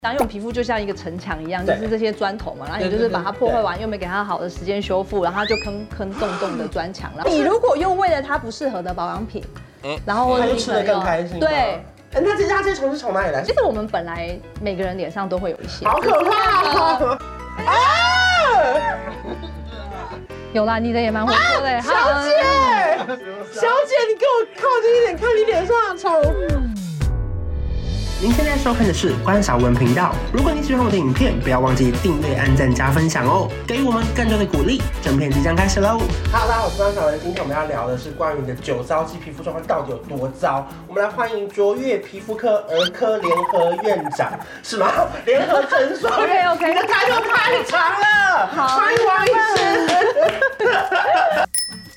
因为我们皮肤就像一个城墙一样，就是这些砖头嘛，然后你就是把它破坏完，又没给它好的时间修复，然后它就坑洞的砖墙了。你如果又为了它不适合的保养品，然后它就吃得更开心。 对。 那这些虫是从哪里来？ 其实我们本来每个人脸上都会有一些。 好可怕！啊！ 有啦，你的也蛮活泼的。 小姐，你给我靠近一点，看你脸上的虫。您现在收看的是关少文频道。如果你喜欢我的影片，不要忘记订阅、按赞、加分享哦，给予我们更多的鼓励。整片即将开始喽！Hello， 大家好，我是关少文。今天我们要聊的是关于你的酒糟肌皮肤状况到底有多糟。我们来欢迎卓越皮肤科儿科联合院长，是吗？联合诊所。OK， 你的抬头太长了。好，欢迎王医师。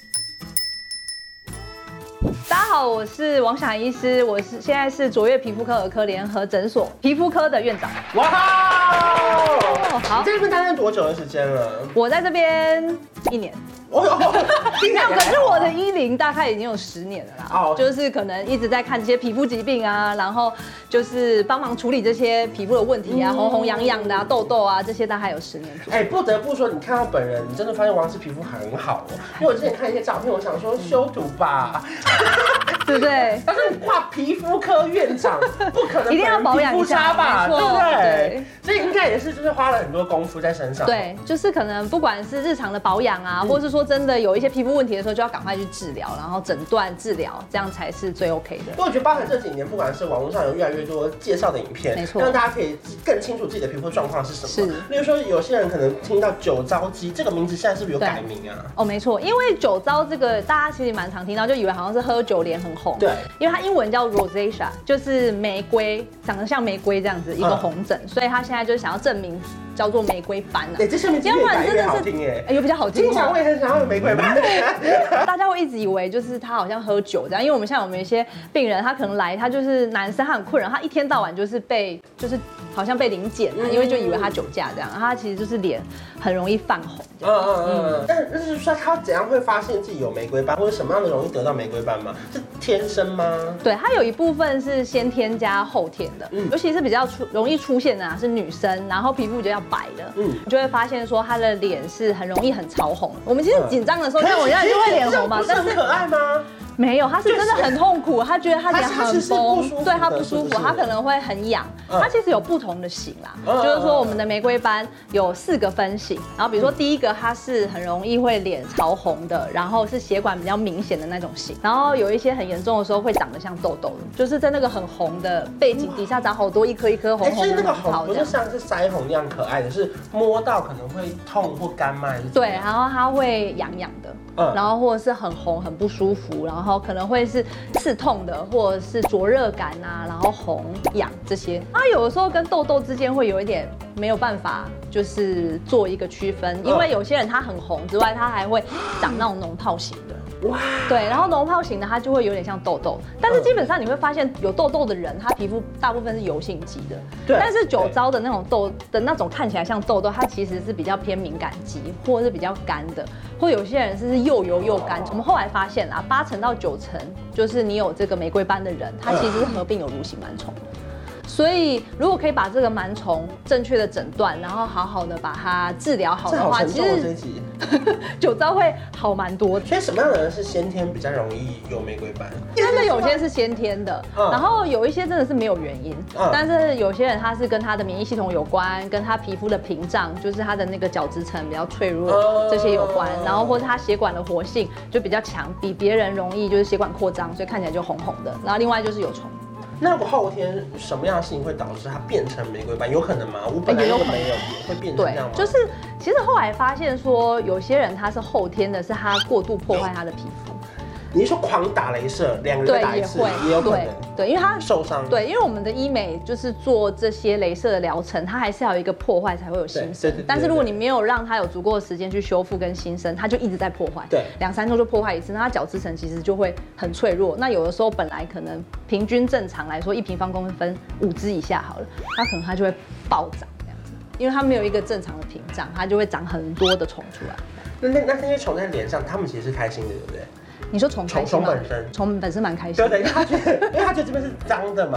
大家好，我是王小涵医师，现在是卓越皮肤科儿科联合诊所皮肤科的院长。哇， 好！你在这边待了多久的时间了？ 我在这边1年。没有，可是我的10大概已经有10年了啦。就是可能一直在看这些皮肤疾病啊，然后就是帮忙处理这些皮肤的问题啊，红红痒痒的啊，痘痘啊，这些大概有10年左右。 不得不说，你看到本人，你真的发现王医师皮肤很好哦。因为我之前看一些照片，我想说修图吧。 对不对？ 但是你挂皮肤科院长，不可能一定要保养一下吧，对不对？ 所以应该也是就是花了很多功夫在身上。 对，就是可能不管是日常的保养啊，或是说真的有一些皮肤问题的时候，就要赶快去治疗，然后诊断治疗，这样才是最 OK 的。 因为我觉得包含这几年，不管是网络上有越来越多介绍的影片， 没错， 让大家可以更清楚自己的皮肤状况是什么。例如说，有些人可能听到酒糟肌这个名字，现在是不是有改名啊？ 哦，没错，因为酒糟这个大家其实蛮常听到，就以为好像是喝酒脸很红。 对， 因为它英文叫 rosacea， 就是玫瑰，长得像玫瑰这样子一个红疹，所以他现在就想要证明叫做玫瑰斑了。 这下面越改越好听有比较好听。 经常我也很想要有玫瑰斑。 大家会一直以为就是他好像喝酒这样，因为我们像我们一些病人，他可能来，他就是男生，他很困扰，他一天到晚就是好像被临检啊，因为就以为他酒驾这样，他其实就是脸很容易泛红。 但是说他怎样会发现自己有玫瑰斑，或者什么样的容易得到玫瑰斑吗？是天生吗？ 对，它有一部分是先天加后天的，尤其是比较容易出现的是女生，然后皮肤比较白的，你就会发现说她的脸是很容易很潮红。我们其实紧张的时候，像我这样就会脸红嘛， 但是很可爱吗？ 没有，他是真的很痛苦，他觉得他脸很崩，对他不舒服，他可能会很痒。他其实有不同的型啦，就是说我们的玫瑰斑有4个分型，然后比如说第一个它是很容易会脸潮红的，然后是血管比较明显的那种型，然后有一些很严重的时候会长得像痘痘的，就是在那个很红的背景底下长好多一颗一颗红红的。 所以那个红不是像是腮红一样可爱的，是摸到可能会痛或干吗？ 对，然后它会痒痒的，然后或者是很红很不舒服，然后可能会是刺痛的，或者是灼热感啊，然后红痒这些。它有的时候跟痘痘之间会有一点没有办法，就是做一个区分，因为有些人他很红之外，他还会长那种脓泡型的。哇，对，然后脓泡型的它就会有点像痘痘，但是基本上你会发现有痘痘的人，他皮肤大部分是油性肌的，对。但是酒糟的那种痘的那种看起来像痘痘，它其实是比较偏敏感肌，或者是比较干的，或有些人是又油又干。我们后来发现啦，8成到9成就是你有这个玫瑰斑的人，他其实是合并有乳型螨虫的。所以，如果可以把这个螨虫正确的诊断，然后好好的把它治疗好的话，其实酒糟会好蛮多的。 所以什么样的人是先天比较容易有玫瑰斑？ 真的有些是先天的，然后有一些真的是没有原因，但是有些人他是跟他的免疫系统有关，跟他皮肤的屏障，就是他的那个角质层比较脆弱这些有关，然后或者他血管的活性就比较强，比别人容易就是血管扩张，所以看起来就红红的。然后另外就是有虫。 那如果后天什么样的事情会导致它变成玫瑰斑？有可能吗？我本来就没有，也会变成这样吗？ 对，就是其实后来发现说，有些人他是后天的，是他过度破坏他的皮肤。 你是说狂打雷射，2个月打一次，也有可能。 对，因为他受伤。 对，因为我们的医美就是做这些雷射的疗程，它还是要有一个破坏才会有新生。但是如果你没有让它有足够的时间去修复跟新生，它就一直在破坏。对，2、3周就破坏一次，那它角质层其实就会很脆弱。那有的时候本来可能平均正常来说1平方公分5支以下好了，它就会暴涨这样子，因为它没有一个正常的屏障，它就会长很多的虫出来。 那些虫在脸上，他们其实是开心的，对不对？ 你说虫开心吗？ 虫本身， 虫本身蛮开心的， 对，因为他觉得这边是脏的嘛。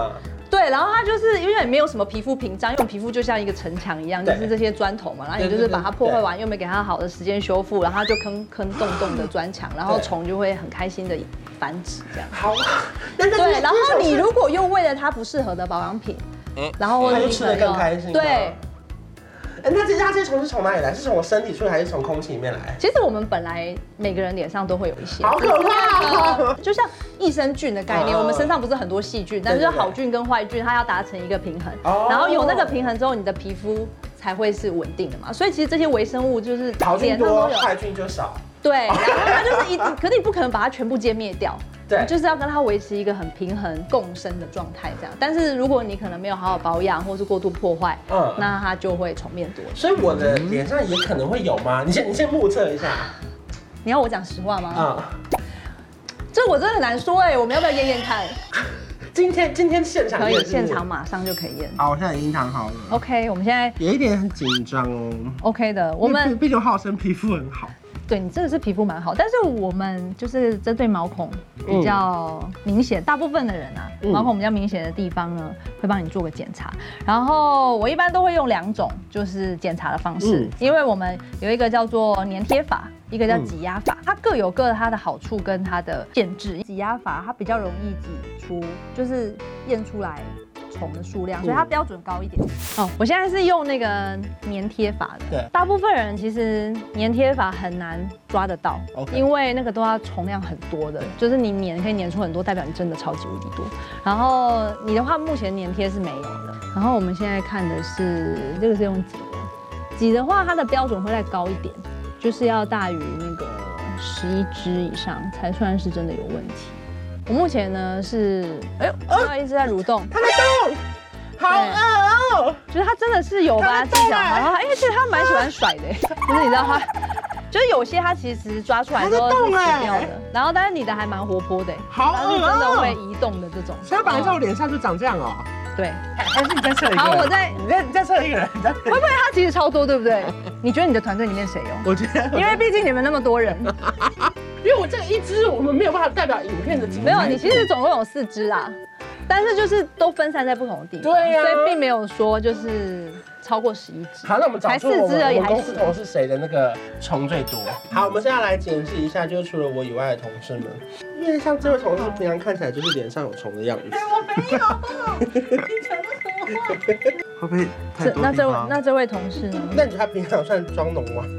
对，然后它就是因为没有什么皮肤屏障，因为皮肤就像一个城墙一样，就是这些砖头嘛，然后你就是把它破坏完，又没给它好的时间修复，然后它就坑洞的砖墙，然后虫就会很开心的繁殖这样。 好， 对，然后你如果又喂了它不适合的保养品，然后它就吃得更开心。 对。 那这些虫是从哪里来？是从我身体出来，还是从空气里面来？ 其实我们本来每个人脸上都会有一些， 好可怕！ 就像益生菌的概念，我们身上不是很多细菌，但是好菌跟坏菌它要达成一个平衡，然后有那个平衡之后，你的皮肤才会是稳定的嘛。所以其实这些微生物就是好菌多，坏菌就少。 对，然后它就是可是你不可能把它全部歼灭掉。 对， 就是要跟它维持一个很平衡共生的状态，这样。但是如果你可能没有好好保养，或是过度破坏，那它就会虫变多。 所以我的脸上也可能会有吗？你先目测一下。 你要我讲实话吗？这我真的很难说哎，我们要不要验验看？ 今天现场可以，现场马上就可以验。 好，我现在已经躺好了。 OK， 我们现在有一点很紧张哦。 OK 的，我们毕竟浩生皮肤很好。 对你真的是皮肤蛮好，但是我们就是针对毛孔比较明显，大部分的人啊，毛孔比较明显的地方呢，会帮你做个检查。然后我一般都会用2种就是检查的方式，因为我们有一个叫做粘贴法，一个叫挤压法，它各有各它的好处跟它的限制。挤压法它比较容易挤出，就是验出来虫的数量，所以它标准高一点。我现在是用那个粘贴法的。 对， 大部分人其实粘贴法很难抓得到，因为那个都要虫量很多的，就是你粘可以粘出很多，代表你真的超级无敌多。然后你的话，目前粘贴是没有的。然后我们现在看的是这个是用挤的，挤的话它的标准会再高一点，就是要大于那个11只以上才算是真的有问题。我目前呢是，它一直在蠕动， 它在动，好饿哦！ 就是它真的是有把它技巧，然后其实它蛮喜欢甩的，就是你知道它，就是有些它其实抓出来之后是死掉的，然后但是你的还蛮活泼的， 好它是真的会移动的这种。 所以它本来在我脸上就长这样哦。 对， 还是你再测一个？ 好， 你再测一个人， 会不会它其实超多，对不对？你觉得你的团队里面谁有？ 我觉得， 因为毕竟你们那么多人。 因为我这个一只，我们没有办法代表影片的精彩。 没有，你其实总共有4只啦，但是就是都分散在不同的地方， 对呀， 所以并没有说就是超过11只。 好，那我们找出才4只而已， 我们公司同事谁的那个虫最多。好，我们现在来检视一下，就是除了我以外的同事们，因为像这位同事平常看起来就是脸上有虫的样子。 我没有，你讲的什么话？ 会不会太多地方？ 那这位同事呢？ 那你觉得他平常算装聋吗？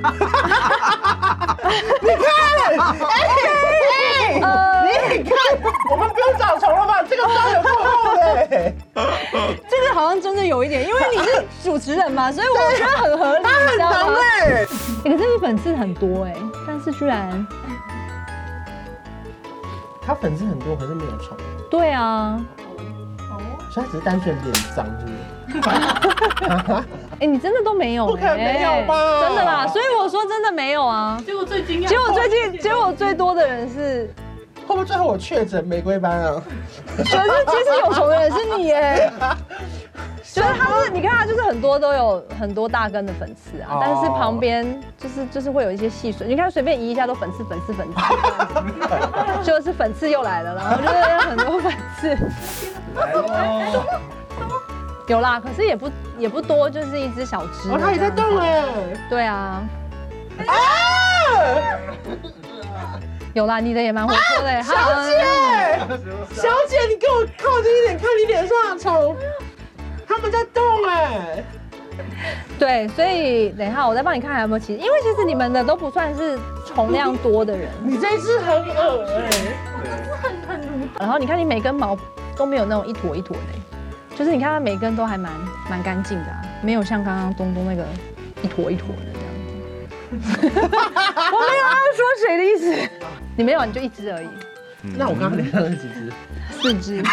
你看，你看，我们不用找虫了吧？这个妆有够厚的。 这个好像真的有一点，因为你是主持人嘛，所以我觉得很合理。 他很浓哎， 可是你粉刺很多哎，但是居然他粉刺很多，可是没有虫。 对啊， 所以他只是单纯脸脏，是不是？ 你真的都没有？ 不可能没有吧？ 真的啦，所以我说真的没有啊。 结果最惊讶， 结果最多的人是， 会不会最后我确诊玫瑰斑啊？ 可是其实有虫的人是你耶。就是他是，你看他就是很多都有很多大根的粉刺啊，但是旁边就是会有一些细水，你看随便移一下都粉刺，就是粉刺又来了，然后就是很多粉刺。有啦，可是也不多，就是一只小只。 它也在动哎。 对啊。有啦，你的也蛮活泼的。 小姐，你给我靠近一点，看你脸上的虫。他们在动哎。 对，所以等一下我再帮你看还有没有其实，因为其实你们的都不算是虫量多的人。 你这一只很恶哎。 很然后你看你每根毛都没有那种一坨一坨的。就是你看它每根都还蛮干净的啊，没有像刚刚东东那个一坨一坨的这样子。我没有要说谁的意思，你没有，你就1只而已。 那我刚刚脸上是几只 ？4只。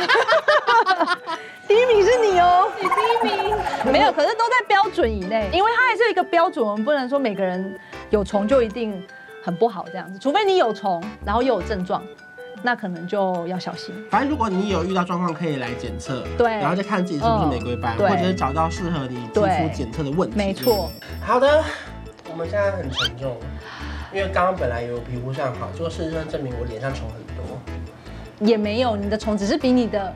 第1名是你哦， 你第1名。 没有，可是都在标准以内，因为它还是有一个标准，我们不能说每个人有虫就一定很不好这样子，除非你有虫，然后又有症状。那可能就要小心。 反正如果你有遇到状况，可以来检测， 对， 然后再看自己是不是玫瑰斑，或者是找到适合你肌肤检测的问题。 没错。 好的，我们现在很沉重，因为刚刚本来有皮肤上好，结果事实上证明我脸上虫很多。 也没有，你的虫只是比你的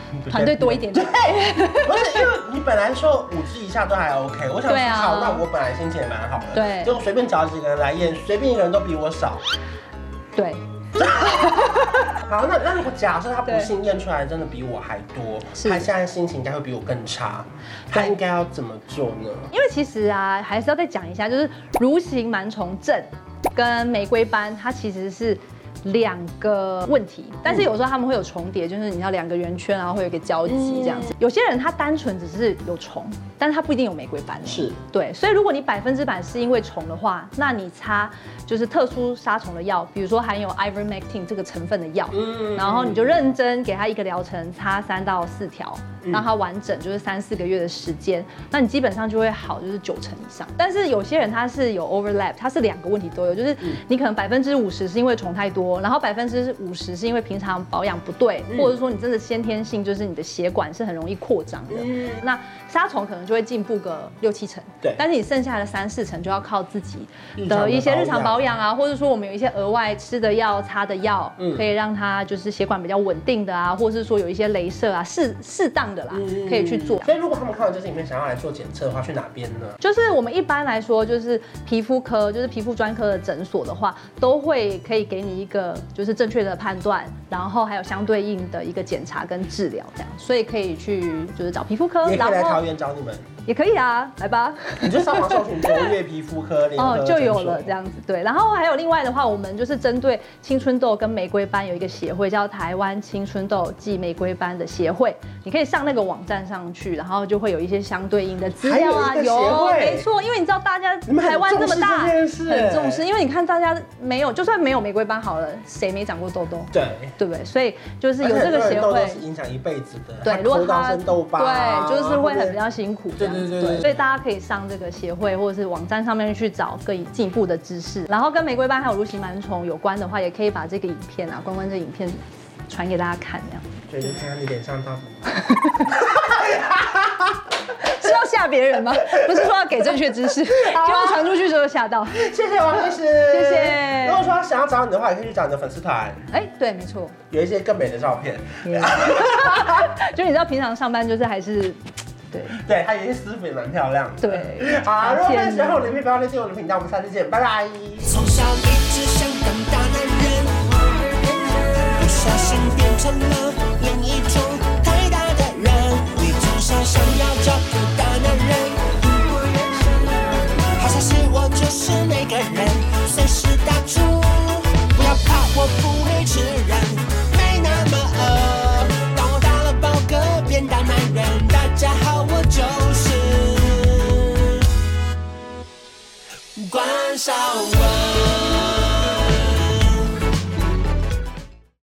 团队多一点。 对，不是因为你本来说5支以下都还 OK， 我想说好，那我本来心情也蛮好的， 对， 结果随便找几个人来验，随便一个人都比我少。 对。 好，那如果假设他不幸验出来真的比我还多，他现在心情应该会比我更差，他应该要怎么做呢？ 因为其实啊，还是要再讲一下，就是蠕形螨虫症跟玫瑰斑，它其实是2个问题，但是有时候他们会有重叠，就是你要2个圆圈，然后会有一个交集这样子。有些人他单纯只是有虫，但是他不一定有玫瑰斑。 是， 对，所以如果你100%是因为虫的话，那你擦就是特殊杀虫的药，比如说含有 ivermectin 这个成分的药，然后你就认真给他1个疗程，擦3到4条，让它完整就是3、4个月的时间，那你基本上就会好，就是90%以上。但是有些人他是有 overlap， 他是2个问题都有，就是你可能50%是因为虫太多，然后50%是因为平常保养不对，或者说你真的先天性就是你的血管是很容易扩张的，那杀虫可能就会进步个6、7成， 对， 但是你剩下的3、4成就要靠自己的一些日常保养啊，或者说我们有一些额外吃的药、擦的药，可以让它就是血管比较稳定的啊，或者是说有一些雷射啊，适当的啦，可以去做。 所以如果他们看完这支影片想要来做检测的话，去哪边呢？ 就是我们一般来说，就是皮肤科，就是皮肤专科的诊所的话，都会可以给你一个就是正确的判断，然后还有相对应的一个检查跟治疗这样，所以可以去就是找皮肤科， 也可以来桃园找你们。 也可以啊，来吧。 你就上网搜寻卓越皮肤科联合诊所， 就有了这样子。对，然后还有另外的话，我们就是针对青春痘跟玫瑰斑有一个协会，叫台湾青春痘暨玫瑰斑的协会。你可以上那个网站上去，然后就会有一些相对应的资料啊。有，没错，因为你知道大家台湾这么大，很重视。因为你看大家没有，就算没有玫瑰斑好了，谁没长过痘痘？ 对， 对不对？所以就是有这个协会， 是影响一辈子的。 对，如果他生痘疤， 对，就是会很比较辛苦。 对， 所以大家可以上这个协会或者是网站上面去找更进一步的知识。然后跟玫瑰斑还有蠕形螨虫有关的话，也可以把这个影片啊，关这影片传给大家看，这样。 对，就看看你脸上到底。 是要吓别人吗？不是说要给正确知识，结果传出去之后吓到。 谢谢王医师， 谢谢。 如果说想要找你的话，也可以去找你的粉丝团。 对，没错， 有一些更美的照片。 就你知道，平常上班就是还是。 对，他有些私服也蛮漂亮的。 对， 好，如果喜欢我的影片，不要忘记订阅我的频道，我们下次见，拜拜。 从小一直想当大男人，不小心变成了另一种太大的人。你至少想要找个大男人，好像是我就是那个人，随时打住，不要怕，我不会吃人，没那么饿。当我打了饱嗝变大男人，大家好，我就是关少文。